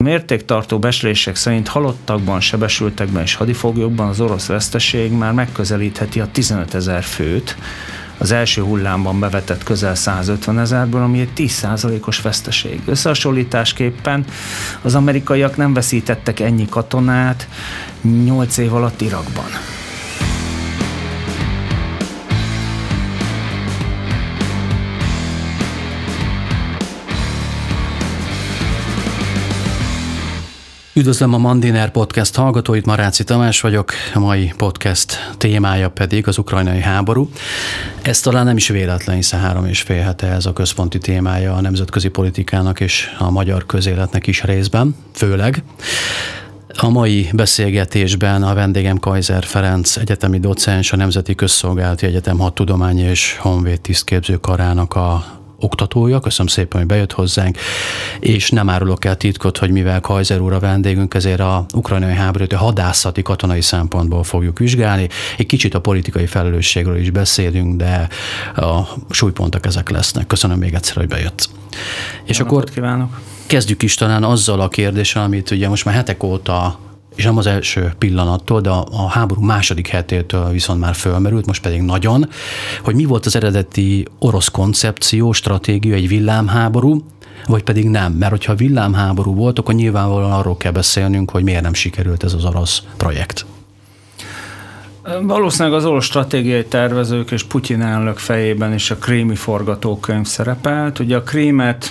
mértéktartó becslések szerint halottakban, sebesültekben és hadifoglyokban az orosz veszteség már megközelítheti a 15 000 főt, az első hullámban bevetett közel 150 000-ből, ami egy 10%-os veszteség. Összehasonlításképpen az amerikaiak nem veszítettek ennyi katonát 8 év alatt Irakban. Üdvözlöm a Mandiner Podcast hallgatóit, Maráci Tamás vagyok, a mai podcast témája pedig az ukrajnai háború. Ez talán nem is véletlen, hiszen 3,5 hete ez a központi témája a nemzetközi politikának és a magyar közéletnek is részben, főleg. A mai beszélgetésben a vendégem Kaiser Ferenc egyetemi docens, a Nemzeti Közszolgálati Egyetem Hadtudományi és Honvéd Tisztképző Karának a oktatója. Köszönöm szépen, hogy bejött hozzánk, és nem árulok el titkot, hogy mivel Kaiser úr a vendégünk, ezért a ukrajnai háborút a hadászati, katonai szempontból fogjuk vizsgálni. Egy kicsit a politikai felelősségről is beszélünk, de a súlypontok ezek lesznek. Köszönöm még egyszer, hogy bejött. És akkor kívánok. Kezdjük is talán azzal a kérdéssel, amit ugye most már hetek óta, és nem az első pillanattól, de a háború második hetétől viszont már fölmerült, most pedig nagyon, hogy mi volt az eredeti orosz koncepció, stratégia, egy villámháború, vagy pedig nem. Mert hogyha villámháború volt, akkor nyilvánvalóan arról kell beszélnünk, hogy miért nem sikerült ez az orosz projekt. Valószínűleg az orosz stratégiai tervezők és Putyin elnök fejében is a krími forgatókönyv szerepelt. Ugye a Krímet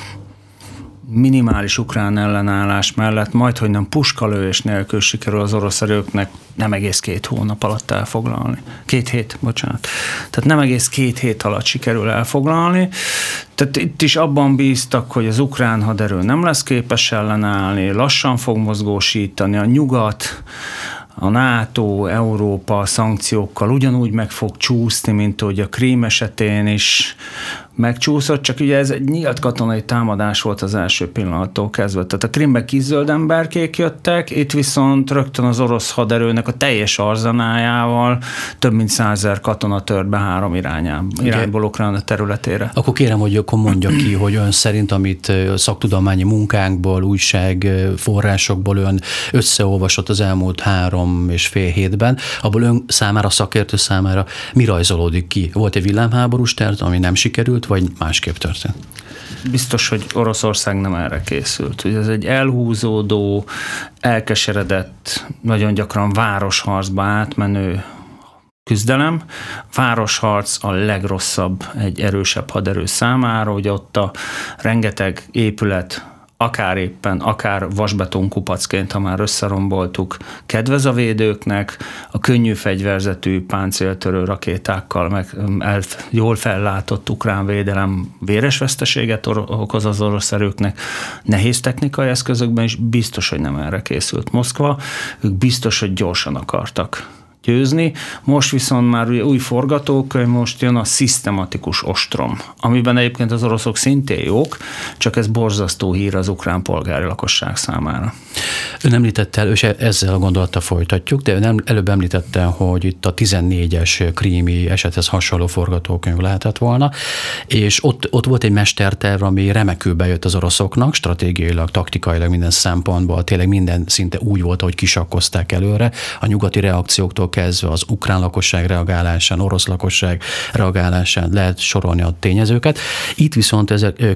minimális ukrán ellenállás mellett majdhogy nem puskalőés nélkül sikerül az orosz erőknek nem egész 2 hónap alatt elfoglalni. 2 hét, bocsánat. Tehát nem egész 2 hét alatt sikerül elfoglalni. Tehát itt is abban bíztak, hogy az ukrán haderő nem lesz képes ellenállni, lassan fog mozgósítani, a nyugat, a NATO, Európa szankciókkal ugyanúgy meg fog csúszni, mint ahogy a Krím esetén is megcsúszott, csak ugye ez egy nyílt katonai támadás volt az első pillanattól kezdve. Tehát a Krímbe kiszöld emberkék jöttek, itt viszont rögtön az orosz haderőnek a teljes arzenájával több mint 100 000 katona tört be 3 irányból Ukrajna területére. Akkor kérem, hogy akkor mondja ki, hogy ön szerint, amit szaktudományi munkánkból, újság forrásokból ön összeolvasott az elmúlt 3,5 hétben, abból ön számára, szakértő számára mi rajzolódik ki? Volt egy villámháborús terv, ami nem sikerült, vagy másképp történt? Biztos, hogy Oroszország nem erre készült. Ugye ez egy elhúzódó, elkeseredett, nagyon gyakran városharcba átmenő küzdelem. Városharc a legrosszabb egy erősebb haderő számára, ugye ott a rengeteg épület, akár vasbetonkupacként, ha már összeromboltuk, kedvez a védőknek, a könnyű fegyverzetű páncéltörő rakétákkal jól fellátott ukrán védelem véres veszteséget okoz az orosz erőknek, nehéz technikai eszközökben is, biztos, hogy nem erre készült Moszkva, ők biztos, hogy gyorsan akartak győzni. Most viszont már új forgatókönyv, most jön a szisztematikus ostrom, amiben egyébként az oroszok szintén jók, csak ez borzasztó hír az ukrán polgári lakosság számára. Ön említette, és ezzel a gondolattal folytatjuk, de előbb említette, hogy itt a 14-es krími esethez hasonló forgatókönyv lehetett volna, és ott volt egy mesterterv, ami remekül bejött az oroszoknak, stratégiailag, taktikailag, minden szempontból, tényleg minden szinte úgy volt, ahogy kisakkozták előre, a nyugati reakcióktól kezdve az ukrán lakosság reagálásán, orosz lakosság reagálásán lehet sorolni a tényezőket. Itt viszont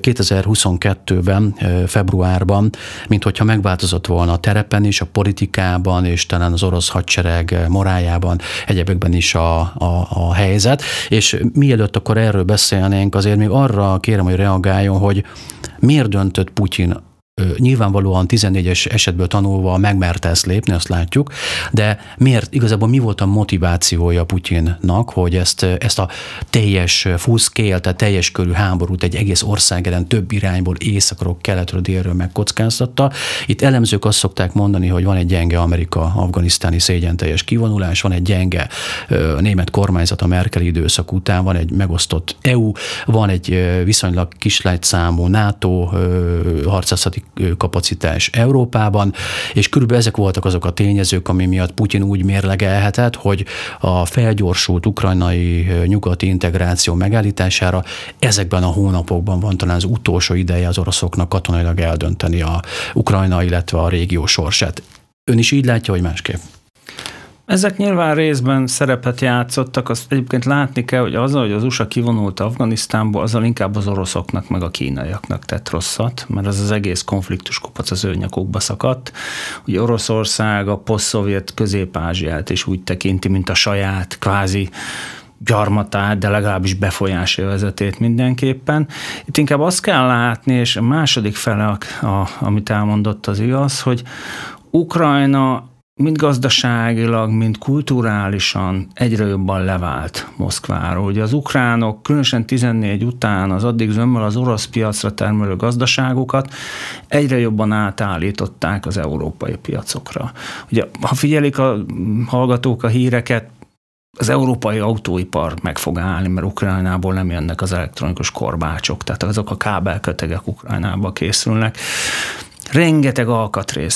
2022-ben, februárban, minthogyha megváltozott volna a terepen is, a politikában, és talán az orosz hadsereg morájában, egyebekben is a helyzet. És mielőtt akkor erről beszélnénk, azért még arra kérem, hogy reagáljon, hogy miért döntött Putyin nyilvánvalóan 14-es esetből tanulva megmerte ezt lépni, azt látjuk, de miért, igazából mi volt a motivációja Putyinnak, hogy ezt a teljes full scale, tehát teljes körű háborút egy egész ország ellen több irányból, északról, keletről, délről megkockáztatta. Itt elemzők azt szokták mondani, hogy van egy gyenge Amerika-afganisztáni szégyenteljes kivonulás, van egy gyenge német kormányzat a Merkel időszak után, van egy megosztott EU, van egy viszonylag kislágyszámú NATO harcászati kapacitás Európában, és körülbelül ezek voltak azok a tényezők, ami miatt Putyin úgy mérlegelhetett, hogy a felgyorsult ukrajnai nyugati integráció megállítására ezekben a hónapokban van talán az utolsó ideje az oroszoknak katonailag eldönteni a Ukrajna, illetve a régió sorsát. Ön is így látja, vagy másképp? Ezek nyilván részben szerepet játszottak, azt egyébként látni kell, hogy azzal, hogy az USA kivonult Afganisztánból, azzal inkább az oroszoknak meg a kínaiaknak tett rosszat, mert az egész konfliktus kopac az ő nyakukba szakadt. Ugye Oroszország a posztszovjet Közép-Ázsiát is úgy tekinti, mint a saját kvázi gyarmatát, de legalábbis befolyásövezetét mindenképpen. Itt inkább azt kell látni, és a második fele, amit elmondott, az igaz, hogy Ukrajna mind gazdaságilag, mind kulturálisan egyre jobban levált Moszkváról. Ugye az ukránok, különösen 14 után az addig zömmel az orosz piacra termelő gazdaságokat egyre jobban átállították az európai piacokra. Ugye, ha figyelik a hallgatók a híreket, az európai autóipar meg fog állni, mert Ukrajnából nem jönnek az elektronikus korbácsok, tehát azok a kábelkötegek Ukrajnába készülnek. Rengeteg alkatrész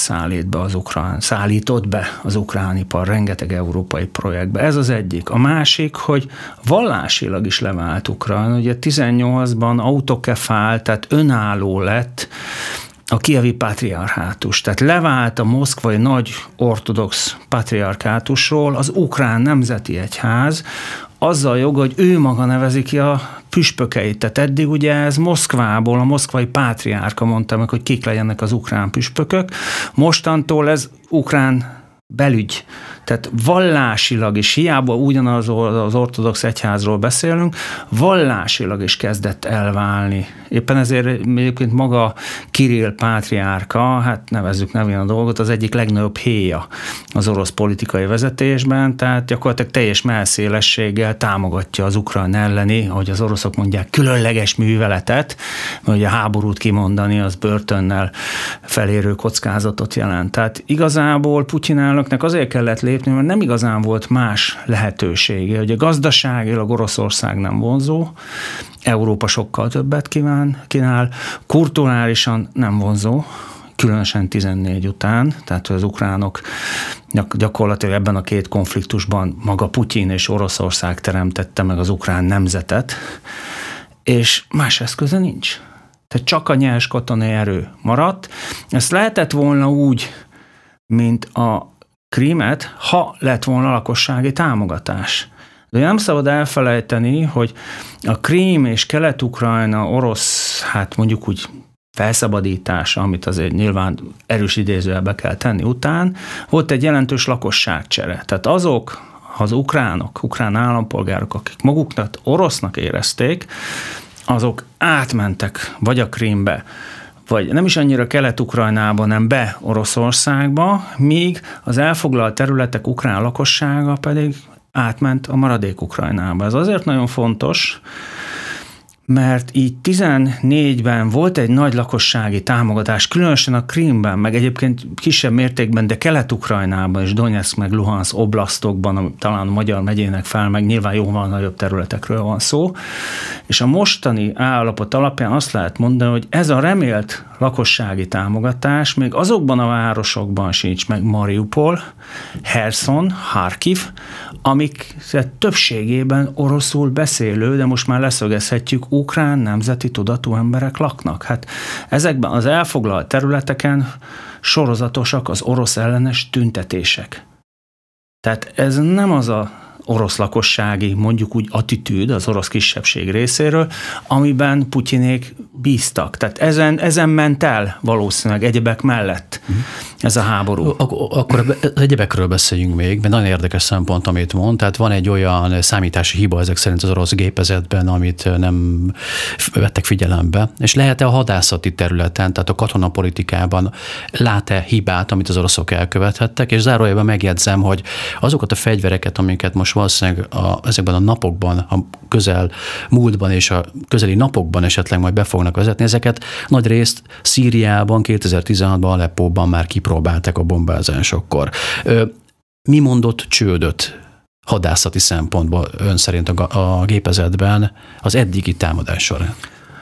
szállított be az ukrán ipar, rengeteg európai projektbe. Ez az egyik. A másik, hogy vallásilag is levált Ukrajna. Ugye 18-ban autokefál, tehát önálló lett a kijevi patriarchátus. Tehát levált a moszkvai nagy ortodox patriarchátusról az ukrán nemzeti egyház, azzal a joga, hogy ő maga nevezi ki a püspökeit. Tehát eddig ugye ez Moszkvából, a moszkvai pátriárka mondta meg, hogy kik legyenek az ukrán püspökök. Mostantól ez ukrán belügy. Tehát vallásilag is, hiába ugyanaz az ortodox egyházról beszélünk, vallásilag is kezdett elválni. Éppen ezért egyébként maga Kirill pátriárka, hát nevezzük nevén a dolgot, az egyik legnagyobb héja az orosz politikai vezetésben, tehát gyakorlatilag teljes mellszélességgel támogatja az ukrán elleni, ahogy az oroszok mondják, különleges műveletet, mert ugye a háborút kimondani, az börtönnel felérő kockázatot jelent. Tehát igazából Putyin elnöknek azért kellett lépni, mert nem igazán volt más lehetősége. Ugye gazdaságilag Oroszország nem vonzó, Európa sokkal többet kínál, kulturálisan nem vonzó, különösen 14 után, tehát az ukránok gyakorlatilag ebben a két konfliktusban maga Putyin és Oroszország teremtette meg az ukrán nemzetet, és más eszköze nincs. Tehát csak a nyers katonai erő maradt. Ezt lehetett volna úgy, mint a Krímet, ha lett volna lakossági támogatás. De nem szabad elfelejteni, hogy a Krím és Kelet-Ukrajna orosz, hát mondjuk úgy felszabadítása, amit azért nyilván erős idézőjelbe kell tenni után, volt egy jelentős lakosságcsere. Tehát azok az ukrán állampolgárok, akik maguknak orosznak érezték, azok átmentek vagy a Krímbe, vagy nem is annyira Kelet-Ukrajnába, nem be Oroszországba, míg az elfoglalt területek ukrán lakossága pedig átment a maradék Ukrajnába. Ez azért nagyon fontos, mert így 14-ben volt egy nagy lakossági támogatás, különösen a Krímben, meg egyébként kisebb mértékben, de Kelet-Ukrajnában és Donetsk meg Luhansk oblasztokban, talán a magyar megyének fel, meg nyilván jóval nagyobb területekről van szó, és a mostani állapot alapján azt lehet mondani, hogy ez a remélt lakossági támogatás még azokban a városokban sincs meg, Mariupol, Herson, Harkiv, amik többségében oroszul beszélő, de most már leszögezhetjük, ukrán nemzeti tudatú emberek laknak. Hát ezekben az elfoglalt területeken sorozatosak az orosz ellenes tüntetések. Tehát ez nem az a orosz lakossági, mondjuk úgy attitűd az orosz kisebbség részéről, amiben Putyinék bíztak. Tehát ezen ment el valószínűleg egyebek mellett ez a háború. Akkor egyebekről beszéljünk még, mert nagyon érdekes szempont, amit mond. Tehát van egy olyan számítási hiba ezek szerint az orosz gépezetben, amit nem vettek figyelembe. És lehet-e a hadászati területen, tehát a katonapolitikában lát-e hibát, amit az oroszok elkövethettek? És zárójelben megjegyzem, hogy azokat a fegyvereket, amiket most valószínűleg ezekben a napokban, a közel múltban és a közeli napokban esetleg majd be fognak vezetni, ezeket nagy részt Szíriában, 2016-ban, Aleppóban már kipróbálták a bombázásokkor. Mi mondott csődöt hadászati szempontból ön szerint a gépezetben az eddigi támadás során?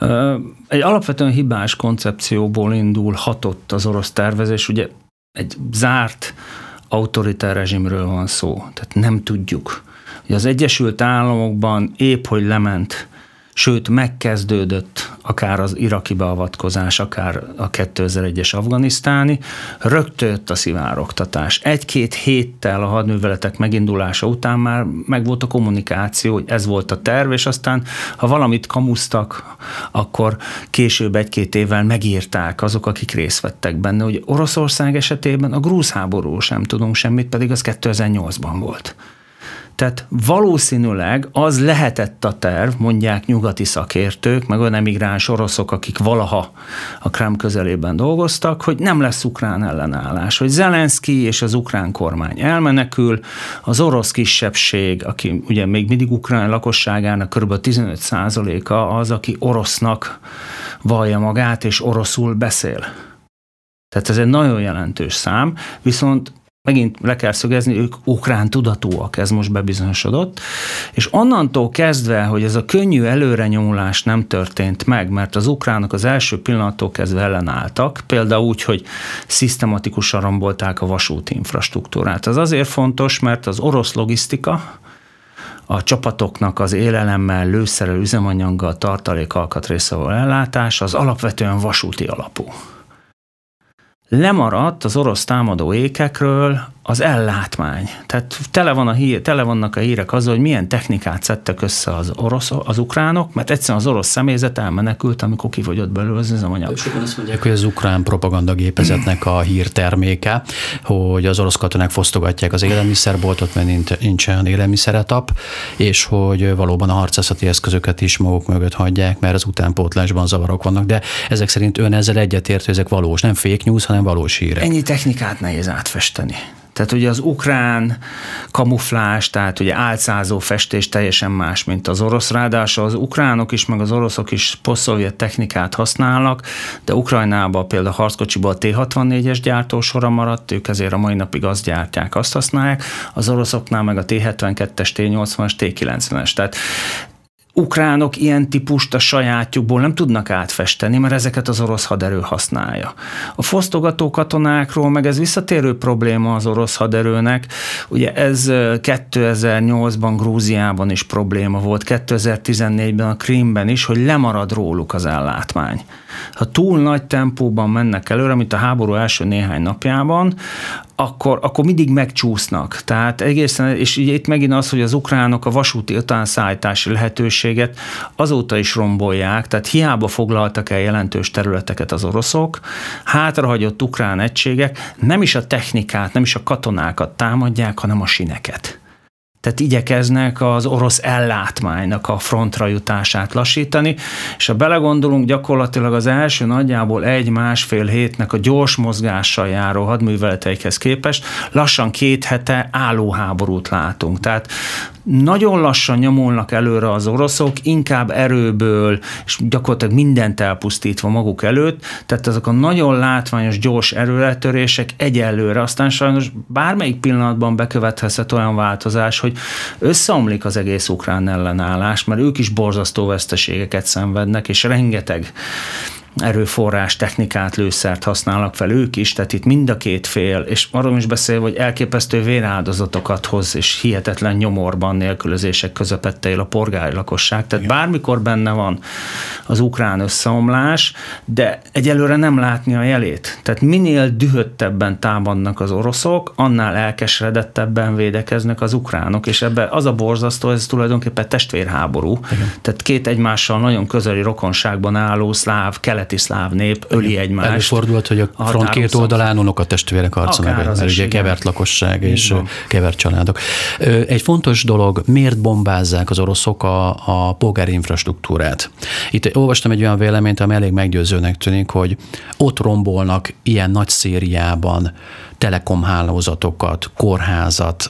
Egy alapvetően hibás koncepcióból indulhatott az orosz tervezés, ugye egy zárt autoritár rezsimről van szó, tehát nem tudjuk. Ugye az Egyesült Államokban épp hogy lement, sőt megkezdődött akár az iraki beavatkozás, akár a 2001-es afganisztáni, rögtön jött a szivárogtatás. 1-2 héttel a hadműveletek megindulása után már megvolt a kommunikáció, hogy ez volt a terv, és aztán, ha valamit kamusztak, akkor később 1-2 évvel megírták azok, akik részt vettek benne. Ugye Oroszország esetében a grúz háborúról sem tudunk semmit, pedig az 2008-ban volt. Tehát valószínűleg az lehetett a terv, mondják nyugati szakértők, meg olyan emigráns oroszok, akik valaha a Kreml közelében dolgoztak, hogy nem lesz ukrán ellenállás, hogy Zelenszky és az ukrán kormány elmenekül, az orosz kisebbség, aki ugye még mindig ukrán lakosságának kb. 15%-a az, aki orosznak vallja magát és oroszul beszél. Tehát ez egy nagyon jelentős szám, viszont megint le kell szögezni, ők ukrán tudatúak, ez most bebizonyosodott, és onnantól kezdve, hogy ez a könnyű előrenyomulás nem történt meg, mert az ukránok az első pillanattól kezdve ellenálltak, például úgy, hogy szisztematikusan rombolták a vasúti infrastruktúrát. Ez azért fontos, mert az orosz logisztika, a csapatoknak az élelemmel, lőszerrel, üzemanyaggal, tartalékalkatrészával ellátása az alapvetően vasúti alapú. Lemaradt az orosz támadó ékekről az ellátmány. Tehát tele vannak a hírek azzal, hogy milyen technikát szedtek össze az ukránok, mert egyszerűen az orosz személyzet elmenekült, amikor kifogyott belőle az üzemanyag. Sokan azt mondják, hogy az ukrán propagandagépezetnek a hírterméke, hogy az orosz katonák fosztogatják az élelmiszerboltot, mert nincsen élelmiszeretap, és hogy valóban a harcászati eszközöket is maguk mögött hagyják, mert az utánpótlásban zavarok vannak. De ezek szerint ön ezzel egyetért, hogy ezek valós, nem fake news, hanem valós hírek. Ennyi technikát nehéz átfesteni. Tehát ugye az ukrán kamuflás, tehát ugye álcázó festés teljesen más, mint az orosz. Ráadásul az ukránok is, meg az oroszok is posztszovjet technikát használnak, de Ukrajnában például a harckocsiból a T-64-es gyártósora maradt, ők ezért a mai napig azt gyártják, azt használják, az oroszoknál meg a T-72-es, T-80-as, T-90-es. Tehát ukránok ilyen típust a sajátjukból nem tudnak átfesteni, mert ezeket az orosz haderő használja. A fosztogató katonákról meg ez visszatérő probléma az orosz haderőnek. Ugye ez 2008-ban Grúziában is probléma volt, 2014-ben a Krímben is, hogy lemarad róluk az ellátmány. Ha túl nagy tempóban mennek előre, mint a háború első néhány napjában, akkor mindig megcsúsznak. Tehát egészen, és ugye itt megint az, hogy az ukránok a vasúti utánszállítási lehetőséget azóta is rombolják, tehát hiába foglaltak el jelentős területeket az oroszok, hátrahagyott ukrán egységek nem is a technikát, nem is a katonákat támadják, hanem a sineket. Tehát igyekeznek az orosz ellátmánynak a frontra jutását lassítani, és ha belegondolunk, gyakorlatilag az első nagyjából 1-1,5 hétnek a gyors mozgással járó hadműveleteikhez képest lassan 2 hete állóháborút látunk. Tehát nagyon lassan nyomulnak előre az oroszok, inkább erőből, és gyakorlatilag mindent elpusztítva maguk előtt, tehát ezek a nagyon látványos, gyors erőletörések egyelőre, aztán sajnos bármelyik pillanatban bekövetkezhet olyan változás, hogy összeomlik az egész ukrán ellenállás, mert ők is borzasztó veszteségeket szenvednek, és rengeteg erőforrás, technikát, lőszert használnak fel ők is, tehát itt mind a két fél, és arról is beszél, hogy elképesztő véráldozatokat hoz, és hihetetlen nyomorban, nélkülözések közepette él a polgári lakosság, tehát bármikor benne van az ukrán összeomlás, de egyelőre nem látni a jelét. Tehát minél dühöttebben támadnak az oroszok, annál elkeseredettebben védekeznek az ukránok, és ebben az a borzasztó, ez tulajdonképpen testvérháború. Igen. Tehát két egymással nagyon közeli rokonságban álló szláv, keleti szláv nép öli egymást. Előfordult, hogy a front két oldalán unokatestvérek harca meg, mert ugye kevert lakosság és kevert családok. Egy fontos dolog, miért bombázzák az oroszok a polgári infrastruktúrát? Itt olvastam egy olyan véleményt, ami elég meggyőzőnek tűnik, hogy ott rombolnak ilyen nagy szériában telekomhálózatokat, kórházat,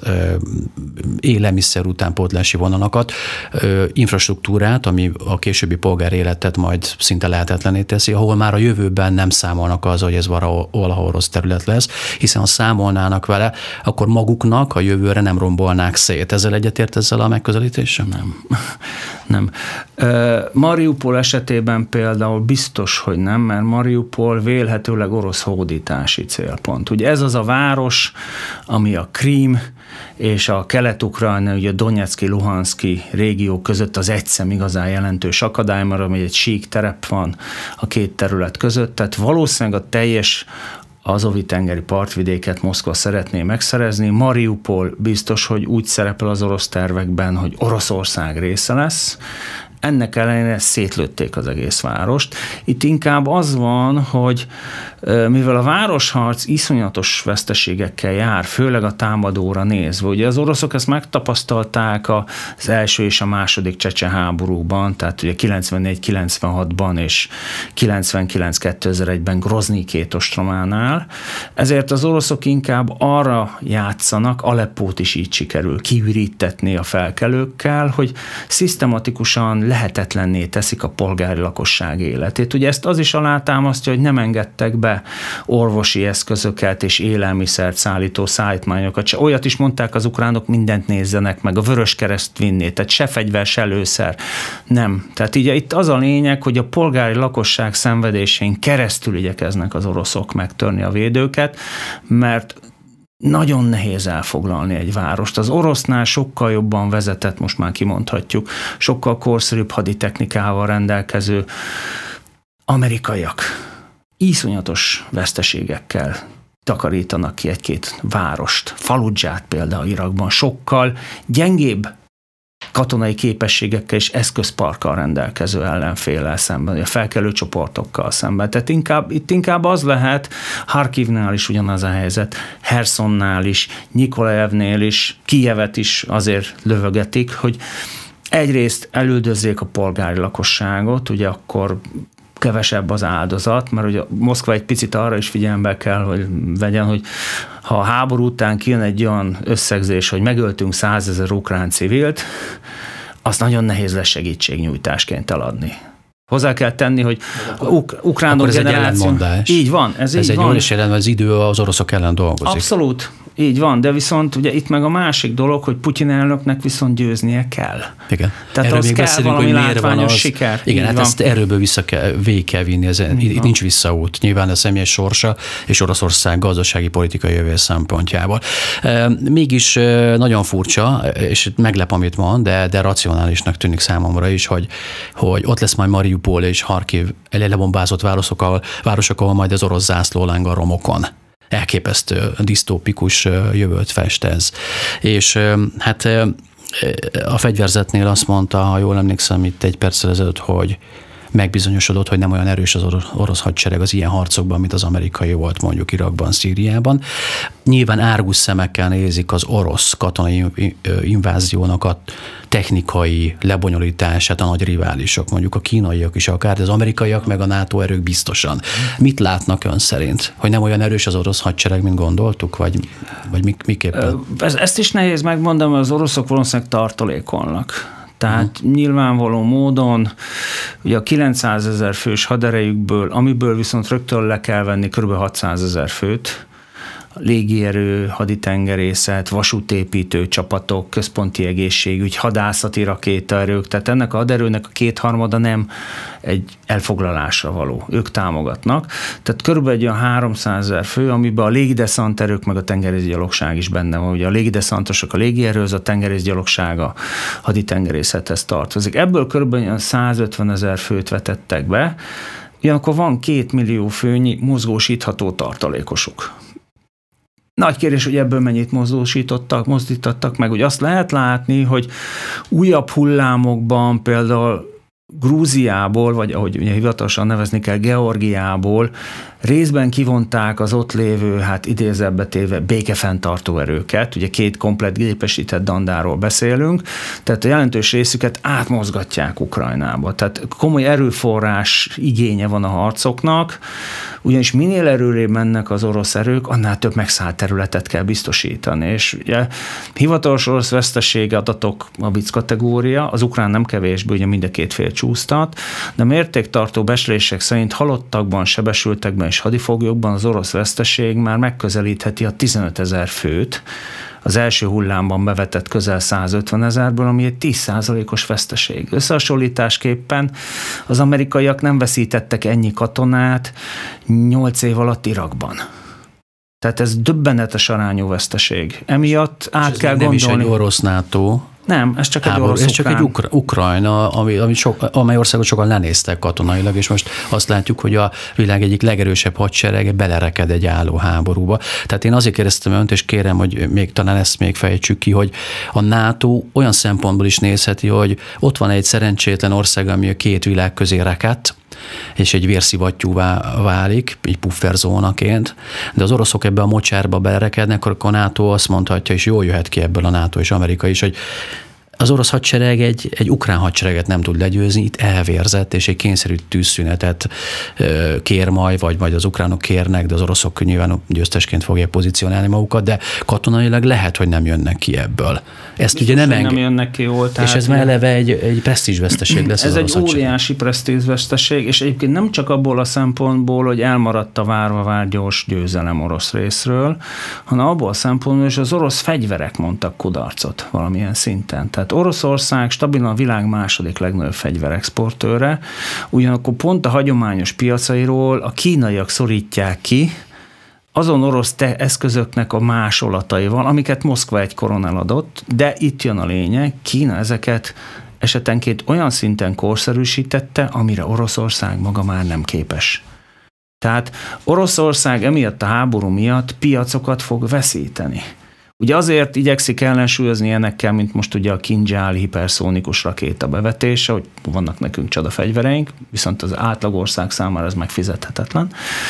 élelmiszer utánpótlási vonalakat, infrastruktúrát, ami a későbbi polgári életet majd szinte lehetetlenné teszi, teszi, ahol már a jövőben nem számolnak azzal, hogy ez valahol orosz terület lesz, hiszen ha számolnának vele, akkor maguknak a jövőre nem rombolnák szét. Ezzel egyetért ezzel a megközelítéssel? Nem. Mariupol esetében például biztos, hogy nem, mert Mariupol vélhetőleg orosz hódítási célpont. Ugye ez az a város, ami a Krím és a kelet-ukrajna, ugye a Donetszki, Luhanszki régió között az egyszem igazán jelentős akadály, mert ami egy sík terep van a két terület között, tehát valószínűleg a teljes Azovi-tengeri partvidéket Moszkva szeretné megszerezni. Mariupol biztos, hogy úgy szerepel az orosz tervekben, hogy Oroszország része lesz. Ennek ellenére szétlőtték az egész várost. Itt inkább az van, hogy mivel a városharc iszonyatos veszteségekkel jár, főleg a támadóra nézve, ugye az oroszok ezt megtapasztalták az első és a második csecsen háborúban, tehát ugye 94-96-ban és 99-2001-ben Grozny két ostrománál, ezért az oroszok inkább arra játszanak, Aleppót is így sikerül kiürítetni a felkelőkkel, hogy szisztematikusan lehetetlenné teszik a polgári lakosság életét. Ugye ezt az is alátámasztja, hogy nem engedtek be orvosi eszközöket és élelmiszert szállító szállítmányokat. Olyat is mondták az ukránok, mindent nézzenek meg, a Vöröskereszt vinné, tehát se fegyver, se lőszer. Nem. Tehát így itt az a lényeg, hogy a polgári lakosság szenvedésén keresztül igyekeznek az oroszok megtörni a védőket, mert nagyon nehéz elfoglalni egy várost. Az orosznál sokkal jobban vezetett, most már kimondhatjuk, sokkal korszerűbb haditechnikával rendelkező amerikaiak iszonyatos veszteségekkel takarítanak ki egy-két várost. Faludzsát például Irakban sokkal gyengébb katonai képességekkel és eszközparkkal rendelkező ellenféllel szemben, a felkelő csoportokkal szemben. Tehát itt inkább az lehet, Harkivnál is ugyanaz a helyzet, Hersonnál is, Nyikolajevnél is, Kijevet is azért lövögetik, hogy egyrészt elüldözzék a polgári lakosságot, ugye akkor kevesebb az áldozat, mert ugye Moszkva egy picit arra is figyelembe kell, hogy vegyen, hogy ha a háború után kijön egy olyan összegzés, hogy megöltünk 100 000 ukrán civilt, azt nagyon nehéz lesz segítségnyújtásként eladni. Hozzá kell tenni, hogy ukránok generáció... Így van, ez így egy van. óriási ellen, az idő az oroszok ellen dolgozik. Abszolút. Így van, de viszont ugye itt meg a másik dolog, hogy Putyin elnöknek viszont győznie kell. Igen. Tehát erről az még kell valami látványos siker. Igen, hát ezt erőből végig kell vinni, itt nincs visszaút. Nyilván a személyes sorsa és Oroszország gazdasági politikai jövő szempontjából. Mégis nagyon furcsa, és meglep, amit mond, de racionálisnak tűnik számomra is, hogy ott lesz majd Mariupol és Harkiv lebombázott városok, ahol majd az orosz zászló láng a romokon. Elképesztő, disztópikus jövőt fest ez. És hát a fegyverzetnél azt mondta, ha jól emlékszem, itt egy perccel ezelőtt, hogy megbizonyosodott, hogy nem olyan erős az orosz hadsereg az ilyen harcokban, mint az amerikai volt mondjuk Irakban, Szíriában. Nyilván árgus szemekkel nézik az orosz katonai inváziónak a technikai lebonyolítását a nagy riválisok, mondjuk a kínaiak is akár, de az amerikaiak meg a NATO erők biztosan. Mit látnak ön szerint? Hogy nem olyan erős az orosz hadsereg, mint gondoltuk? Vagy miképpen? Ezt is nehéz megmondani, mert az oroszok valószínűleg tartalékolnak. Tehát nyilvánvaló módon ugye a 900 000 fős haderejükből, amiből viszont rögtön le kell venni kb. 600 000 főt, légierő, haditengerészet, vasútépítő csapatok, központi egészségügy, hadászati rakétaerők, tehát ennek a haderőnek a 2/3 nem egy elfoglalásra való. Ők támogatnak. Tehát körülbelül egy olyan 300 000 fő, amiben a légideszanterők meg a tengerészgyalogság is benne van. Ugye a légideszantosok a légierőhöz, a tengerészgyalogság a haditengerészethez tartozik. Ebből körülbelül 150 000 főt vetettek be, ilyenkor van 2 millió főnyi mozgósítható tartalékosuk. Nagy kérdés, hogy ebből mennyit mozdítottak meg, hogy azt lehet látni, hogy újabb hullámokban például Grúziából, vagy ahogy ugye hivatalosan nevezni kell, Georgiából részben kivonták az ott lévő, hát idézőjelbe téve békefenntartó erőket, ugye 2 komplett gépesített dandáról beszélünk, tehát a jelentős részüket átmozgatják Ukrajnába. Tehát komoly erőforrás igénye van a harcoknak, ugyanis minél erőrébb mennek az orosz erők, annál több megszállt területet kell biztosítani. És ugye hivatalos orosz veszteségi adatok a vicc kategória, az ukrán nem kevésbé, ugye mind a két fél csúsztat, de mértéktartó becslések szerint halottakban, sebesültekben és hadifoglyokban az orosz veszteség már megközelítheti a 15 000 főt, az első hullámban bevetett közel 150 000-ből, ami egy 10%-os veszteség. Összehasonlításképpen az amerikaiak nem veszítettek ennyi katonát 8 év alatt Irakban. Tehát ez döbbenetes arányú veszteség. Emiatt át kell gondolni. Nem is egy orosz NATO. Nem, ez csak egy orosz. Ez csak egy Ukrajna, amely országot sokan lenéztek katonailag, és most azt látjuk, hogy a világ egyik legerősebb hadserege belereked egy álló háborúba. Tehát én azért kérdeztem önt, és kérem, hogy talán ezt még fejtsük ki, hogy a NATO olyan szempontból is nézheti, hogy ott van egy szerencsétlen ország, ami a két világ közé rekedt, és egy vérszivattyúvá válik, egy pufferzónaként, de az oroszok ebbe a mocsárba belerekednek, akkor a NATO azt mondhatja, és jól jöhet ki ebből a NATO és Amerika is, hogy az orosz hadsereg egy ukrán hadsereget nem tud legyőzni, itt elvérzett, és egy kényszerű tűzszünetet kér vagy az ukránok kérnek, de az oroszok nyilván győztesként fogják pozícionálni magukat, de katonailag lehet, hogy nem jönnek ki ebből. Ezt ugye nem jönnek ki jól. És ez már eleve egy presztízsveszteség lesz. Ez egy óriási presztízsveszteség, és egyébként nem csak abból a szempontból, hogy elmaradt a várva várt gyors győzelem orosz részről, hanem abból a szempontból, hogy az orosz fegyverek mondtak kudarcot valamilyen szinten. Tehát Oroszország stabilan a világ második legnagyobb fegyverexportőre, ugyanakkor pont a hagyományos piacairól a kínaiak szorítják ki azon orosz eszközöknek a másolataival, amiket Moszkva egykoron eladott, de itt jön a lényeg, Kína ezeket esetenként olyan szinten korszerűsítette, amire Oroszország maga már nem képes. Tehát Oroszország emiatt a háború miatt piacokat fog veszíteni. Ugye azért igyekszik ellensúlyozni enekkel, mint most ugye a Kinzhal hiperszónikus rakéta bevetése, hogy vannak nekünk csodafegyvereink, viszont az átlagország számára ez megfizethetetlen.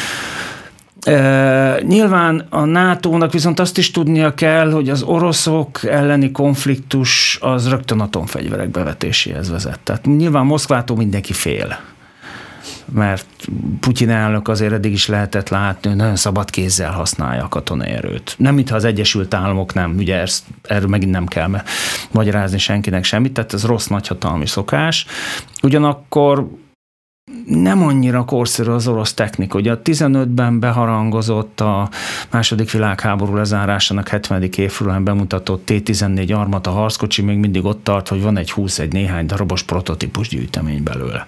Nyilván a NATO-nak viszont azt is tudnia kell, hogy az oroszok elleni konfliktus az rögtön atomfegyverek bevetéséhez vezet. Tehát nyilván Moszkvától mindenki fél, mert Putyin elnök azért eddig is lehetett látni, hogy nagyon szabad kézzel használja a katonai erőt. Nem, mintha az Egyesült Államok nem, ugye erről megint nem kell magyarázni senkinek semmit, tehát ez rossz nagyhatalmi szokás. Ugyanakkor nem annyira korszerű az orosz technika. Ugye a 15-ben beharangozott a második világháború lezárásának 70. évfordulóján bemutatott T-14 armata harckocsi még mindig ott tart, hogy van egy 21 néhány darabos prototípus gyűjtemény belőle.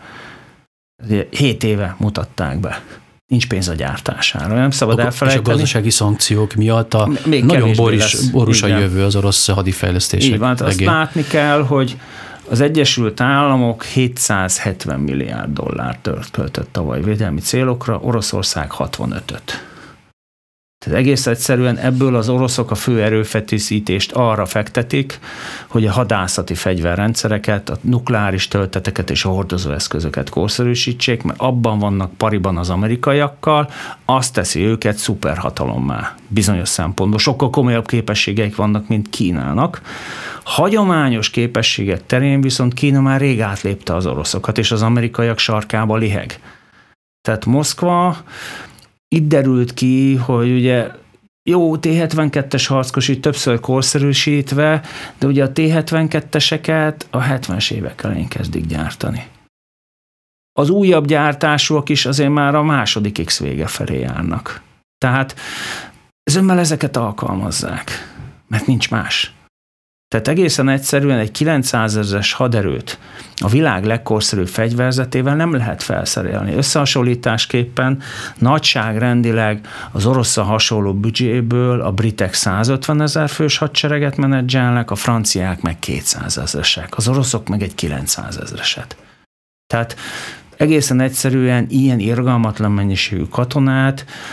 7 éve mutatták be. Nincs pénz a gyártására. Nem szabad elfelejteni. És a gazdasági szankciók miatt nagyon borús a jövő az orosz hadifejlesztések. Így van, azt látni kell, hogy az Egyesült Államok 770 milliárd dollárt költött tavaly védelmi célokra, Oroszország 65-öt. Tehát egész egyszerűen ebből az oroszok a fő erőfeszítést arra fektetik, hogy a hadászati fegyverrendszereket, a nukleáris tölteteket és a hordozóeszközöket korszerűsítsék, mert abban vannak pariban az amerikaiakkal, azt teszi őket szuperhatalommá. Bizonyos szempontból sokkal komolyabb képességeik vannak, mint Kínának. Hagyományos képességek terén viszont Kína már rég átlépte az oroszokat, és az amerikaiak sarkába liheg. Tehát Moszkva itt derült ki, hogy ugye jó, T-72-es harckocsi többször korszerűsítve, de ugye a T-72-eseket a 70-es évek elején kezdik gyártani. Az újabb gyártásúak is azért már a második X vége felé járnak. Tehát zömmel ezeket alkalmazzák, mert nincs más. Tehát egészen egyszerűen egy 900 000-es haderőt a világ legkorszerűbb fegyverzetével nem lehet felszerelni. Összehasonlításképpen nagyságrendileg az orosszal hasonló büdzséből a britek 150 000 fős hadsereget menedzselnek, a franciák meg 200 000-esek, az oroszok meg egy 900 000-eset. Tehát egészen egyszerűen ilyen irgalmatlan mennyiségű katonát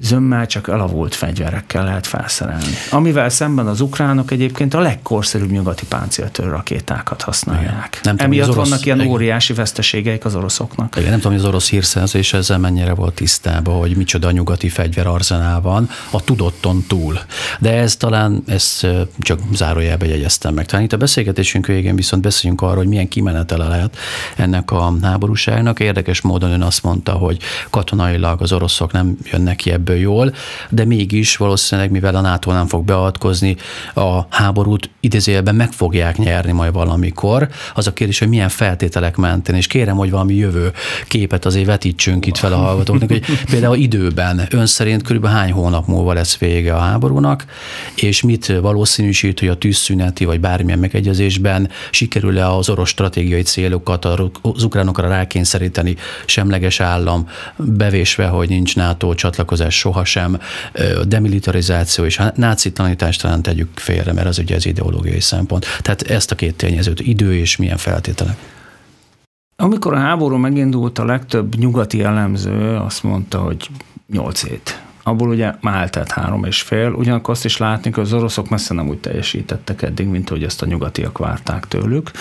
zömmel csak elavult fegyverekkel lehet felszerelni. Amivel szemben az ukránok egyébként a legkorszerűbb nyugati páncéltörő rakétákat használják. Emiatt vannak ilyen óriási veszteségeik az oroszoknak. Igen, nem tudom, hogy az orosz hírszerzés ezzel mennyire volt tisztában, hogy micsoda nyugati fegyverarzenál van a tudotton túl. De ez talán, ezt csak zárójelbe jegyeztem meg. Talán itt a beszélgetésünk végén viszont beszéljünk arról, hogy milyen kimenetele lehet ennek a háborúságnak. Érdekes módon ön azt mondta, hogy katonailag az oroszok nem jönnek ki ebből jól, de mégis valószínűleg, mivel a NATO nem fog beavatkozni, a háborút idézőjelben meg fogják nyerni majd valamikor. Az a kérdés, hogy milyen feltételek mentén, és kérem, hogy valami jövő képet azért vetítsünk itt fel a hallgatóknak, hogy például időben ön szerint körülbelül hány hónap múlva lesz vége a háborúnak, és mit valószínűsít, hogy a tűzszüneti vagy bármilyen megegyezésben sikerül-e az orosz stratégiai célokat az ukránokra rákényszeríteni, semleges állam, bevésve, hogy nincs NATO csatlakozás sohasem, demilitarizáció és nácitlanítást talán tegyük félre, mert az ugye az ideológiai szempont. Tehát ezt a két tényezőt, idő és milyen feltételek. Amikor a háború megindult, a legtöbb nyugati elemző azt mondta, hogy 8 hét. Abból ugye már eltelt 3,5, ugyanakkor azt is látni, hogy az oroszok messze nem úgy teljesítettek eddig, mint hogy ezt a nyugatiak várták tőlük.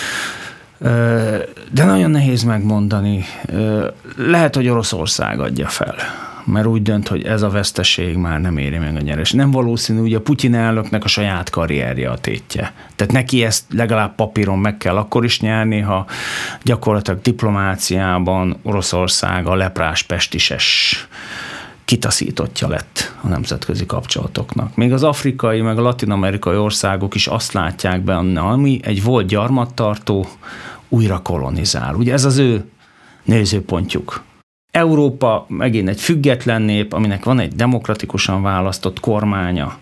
De nagyon nehéz megmondani. Lehet, hogy Oroszország adja fel, mert úgy dönt, hogy ez a veszteség már nem éri meg a nyerés. Nem valószínű, hogy a Putyin elnöknek a saját karrierje a tétje. Tehát neki ezt legalább papíron meg kell akkor is nyerni, ha gyakorlatilag diplomáciában Oroszország a leprás pestises kitaszítottja lett a nemzetközi kapcsolatoknak. Még az afrikai, meg a latin-amerikai országok is azt látják benne, ami egy volt gyarmattartó újra kolonizál. Ugye ez az ő nézőpontjuk. Európa megint egy független nép, aminek van egy demokratikusan választott kormánya,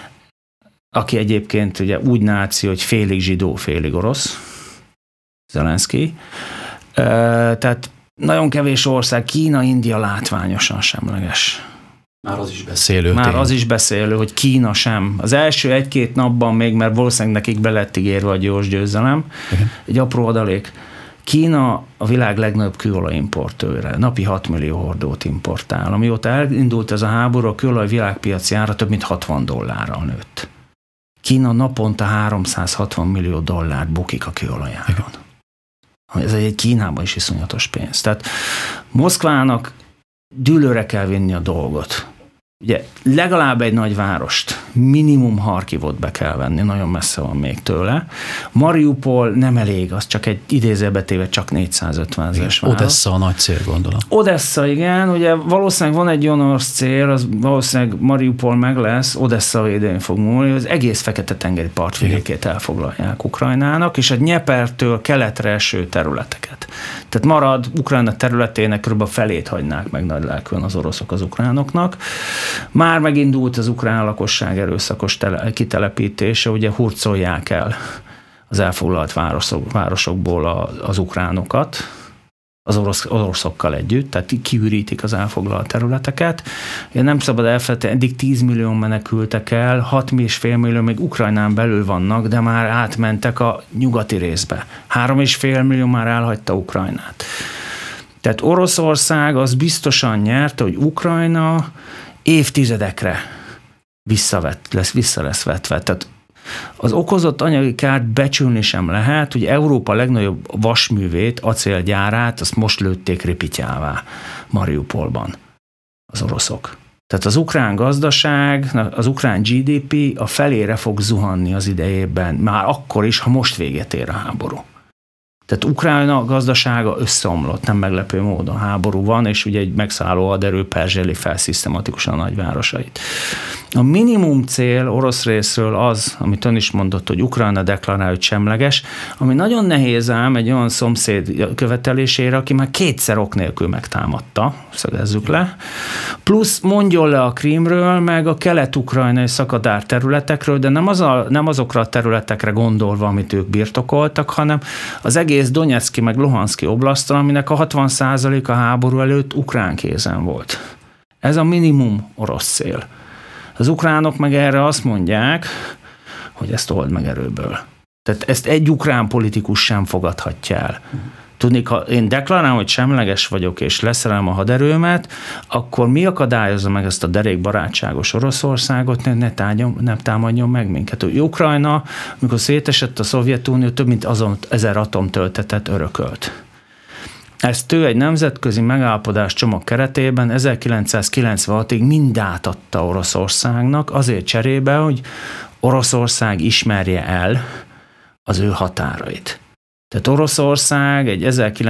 aki egyébként ugye úgy náci, hogy félig zsidó, félig orosz, Zelenszky. Tehát nagyon kevés ország, Kína, India látványosan semleges. Már az is beszélő. Hogy Kína sem. Az első 1-2 napban még, mert valószínűleg nekik be lett ígérve a gyors győzelem. Igen. Egy apró adalék. Kína a világ legnagyobb kőolajimportőre. Napi 6 millió hordót importál. Amióta elindult ez a háború, a kőolaj világpiaci ára több mint $60 nőtt. Kína naponta $360 millió bukik a kőolajáron. Ez egy Kínában is iszonyatos pénz. Tehát Moszkvának dűlőre kell vinni a dolgot. Ugye legalább egy nagy várost, minimum Harkivot be kell venni, nagyon messze van még tőle. Mariupol nem elég, az csak egy idézőbe téve csak 450 000-es város. Odessa a nagy cél, gondolom. Odessa, igen, ugye valószínűleg van egy olyan orosz cél, az valószínűleg Mariupol meg lesz, Odessa védeni fog múlni, az egész Fekete-tengeri partvidékét elfoglalják Ukrajnának, és a Dnyepertől keletre eső területeket. Tehát marad Ukrajna területének kb. Felét hagynák meg nagy lelkűen az oroszok az ukránoknak. Már megindult az ukrán lakosság erőszakos kitelepítése, ugye hurcolják el az elfoglalt városokból az ukránokat, az oroszokkal együtt, tehát kiürítik az elfoglalt területeket. Nem szabad elfelejteni, eddig 10 millió menekültek el, 6,5 millió még Ukrajnán belül vannak, de már átmentek a nyugati részbe. 3,5 millió már elhagyta Ukrajnát. Tehát Oroszország az biztosan nyerte, hogy Ukrajna évtizedekre vissza lesz vetve. Tehát az okozott anyagi kárt becsülni sem lehet, hogy Európa legnagyobb vasművét, acélgyárát, azt most lőtték ripityává Mariupolban az oroszok. Tehát az ukrán gazdaság, az ukrán GDP a felére fog zuhanni az idejében, már akkor is, ha most véget ér a háború. Tehát Ukrajna gazdasága összeomlott, nem meglepő módon háború van, és ugye egy megszálló haderő perzseli fel szisztematikusan a nagyvárosait. A minimum cél orosz részről az, amit ön is mondott, hogy Ukrajna deklarálja, hogy semleges, ami nagyon nehéz ám egy olyan szomszéd követelésére, aki már 2-szer ok nélkül megtámadta, szögezzük le, plusz mondjon le a Krímről, meg a kelet-ukrajnai szakadár területekről, de nem azokra a területekre gondolva, amit ők birtokoltak, hanem az egész Donetszki meg Luhanszki oblaszton, aminek a 60% a háború előtt ukrán kézen volt. Ez a minimum orosz cél. Az ukránok meg erre azt mondják, hogy ezt old meg erőből. Tehát ezt egy ukrán politikus sem fogadhatja el. Tudni, ha én deklarálom, hogy semleges vagyok, és leszerelem a haderőmet, akkor mi akadályozza meg ezt a derékbarátságos Oroszországot, ne támadjon meg minket. Ukrajna, amikor szétesett a Szovjetunió, több mint 1000 atomtöltetet örökölt. Ezt ő egy nemzetközi megállapodás csomag keretében 1996-ig mind átadta Oroszországnak, azért cserébe, hogy Oroszország ismerje el az ő határait. Tehát Oroszország egy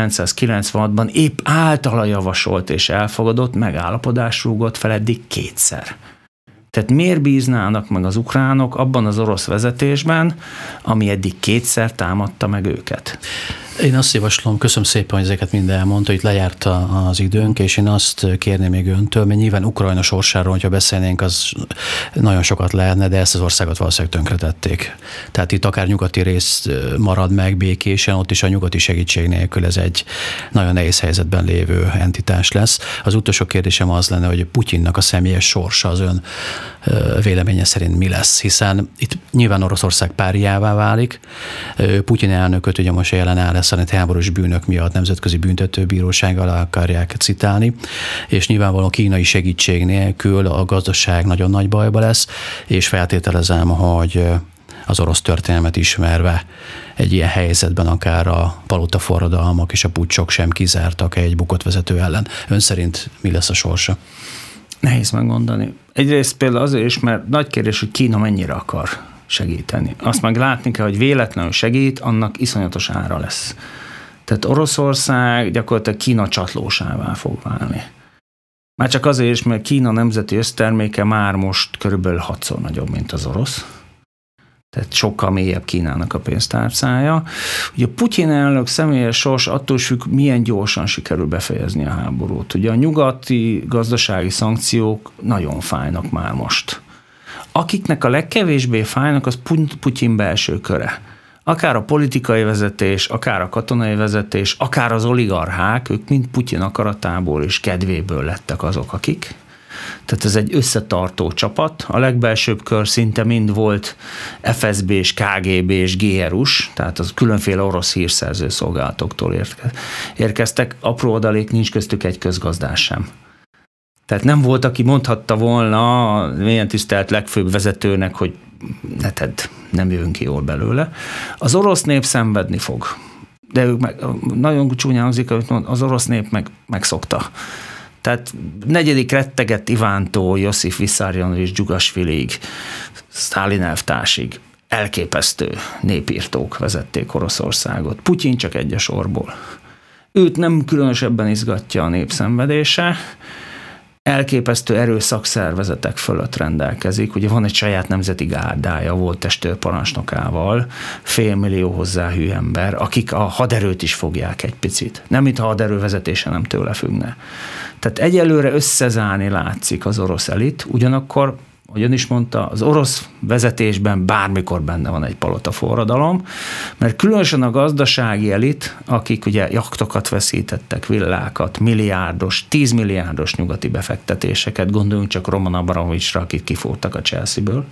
1996-ban épp általa javasolt és elfogadott megállapodás rúgott fel eddig 2-szer. Tehát miért bíznának meg az ukránok abban az orosz vezetésben, ami eddig 2-szer támadta meg őket? Én azt javaslom, köszönöm szépen, hogy ezeket mind elmondta, hogy lejárt az időnk, és én azt kérném még öntől, mert nyilván Ukrajna sorsáról, hogyha beszélnénk, az nagyon sokat lehetne, de ezt az országot valószínűleg tönkretették. Tehát itt akár nyugati rész marad meg békésen, ott is a nyugati segítség nélkül ez egy nagyon nehéz helyzetben lévő entitás lesz. Az utolsó kérdésem az lenne, hogy Putyinnak a személyes sorsa az ön véleménye szerint mi lesz, hiszen itt nyilván Oroszország páriává válik, Putyin elnököt ugye most jelen áll a háborús bűnök miatt nemzetközi büntetőbíróság alá akarják citálni, és nyilvánvalóan kínai segítség nélkül a gazdaság nagyon nagy bajba lesz, és feltételezem, hogy az orosz történelmet ismerve egy ilyen helyzetben akár a valutaforradalmak és a puccsok sem kizártak egy bukott vezető ellen. Ön szerint mi lesz a sorsa? Nehéz megmondani. Egyrészt például azért is, mert nagy kérdés, hogy Kína mennyire akar segíteni. Azt meg látni kell, hogy véletlenül segít, annak iszonyatos ára lesz. Tehát Oroszország gyakorlatilag Kína csatlósává fog válni. Már csak azért is, mert Kína nemzeti összterméke már most körülbelül 6-szor nagyobb, mint az orosz. Tehát sokkal mélyebb Kínának a pénztárcája. Ugye Putyin elnök személyes sors attól függ, milyen gyorsan sikerül befejezni a háborút. Ugye a nyugati gazdasági szankciók nagyon fájnak már most. Akiknek a legkevésbé fájnak, az Putyin belső köre. Akár a politikai vezetés, akár a katonai vezetés, akár az oligarchák, ők mind Putyin akaratából és kedvéből lettek azok, akik. Tehát ez egy összetartó csapat. A legbelsőbb kör szinte mind volt FSB és KGB és GRU-s, tehát az különféle orosz hírszerző szolgálatoktól érkeztek. Apró adalék, nincs köztük egy közgazdás sem. Tehát nem volt, aki mondhatta volna a mélyen tisztelt legfőbb vezetőnek, hogy ne tedd, nem jön ki jól belőle. Az orosz nép szenvedni fog. De ők meg, nagyon csúnyán hangzik, amit mond, az orosz nép megszokta. Tehát 4. rettegett Ivántól, Josif Vissarionovics Dzsugasvilig, Sztálin elvtársig elképesztő népírtók vezették Oroszországot. Putyin csak egy a sorból. Őt nem különösebben izgatja a népszenvedése, elképesztő erőszakszervezetek fölött rendelkezik. Ugye van egy saját nemzeti gárdája, volt testőrparancsnokával, 500 000 hozzá hű ember, akik a haderőt is fogják egy picit. Nem, mintha a haderő vezetése nem tőle függne. Tehát egyelőre összezárni látszik az orosz elit, ugyanakkor, ahogy ön is mondta, az orosz vezetésben bármikor benne van egy palotaforradalom, mert különösen a gazdasági elit, akik ugye jachtokat veszítettek, villákat, milliárdos, 10 milliárdos nyugati befektetéseket, gondoljunk csak Roman Abramovicsra, akik kifúrtak a Chelsea-ből,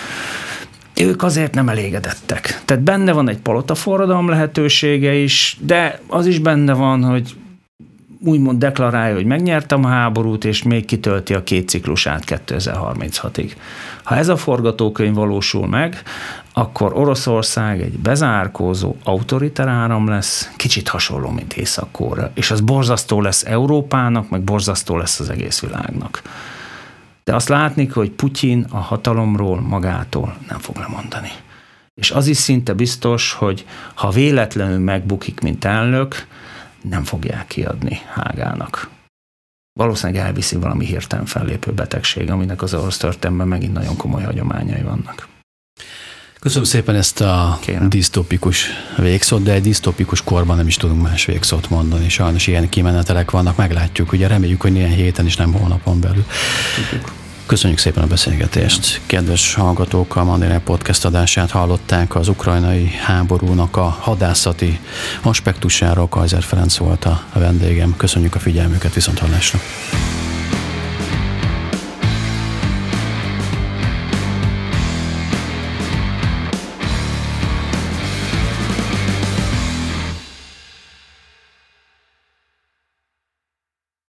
ők azért nem elégedettek. Tehát benne van egy palotaforradalom lehetősége is, de az is benne van, hogy úgymond deklarálja, hogy megnyertem a háborút, és még kitölti a 2 ciklusát 2036-ig. Ha ez a forgatókönyv valósul meg, akkor Oroszország egy bezárkózó, autoriter állam lesz, kicsit hasonló, mint Észak-Korea, és az borzasztó lesz Európának, meg borzasztó lesz az egész világnak. De azt látni, hogy Putyin a hatalomról magától nem fog lemondani. És az is szinte biztos, hogy ha véletlenül megbukik, mint elnök, nem fogják kiadni Hágának. Valószínűleg elviszi valami hirtelen fellépő betegség, aminek az orosz történelemben megint nagyon komoly hagyományai vannak. Köszönöm szépen ezt a disztópikus végszót, de egy disztópikus korban nem is tudunk más végszót mondani. Sajnos ilyen kimenetelek vannak, meglátjuk. Ugye reméljük, hogy néhány héten is, nem hónapon belül. Tudjuk. Köszönjük szépen a beszélgetést. Kedves hallgatók, a Mandinél podcast adását hallották. Az ukrajnai háborúnak a hadászati aspektusáról Kaiser Ferenc volt a vendégem. Köszönjük a figyelmüket, viszonthallásra.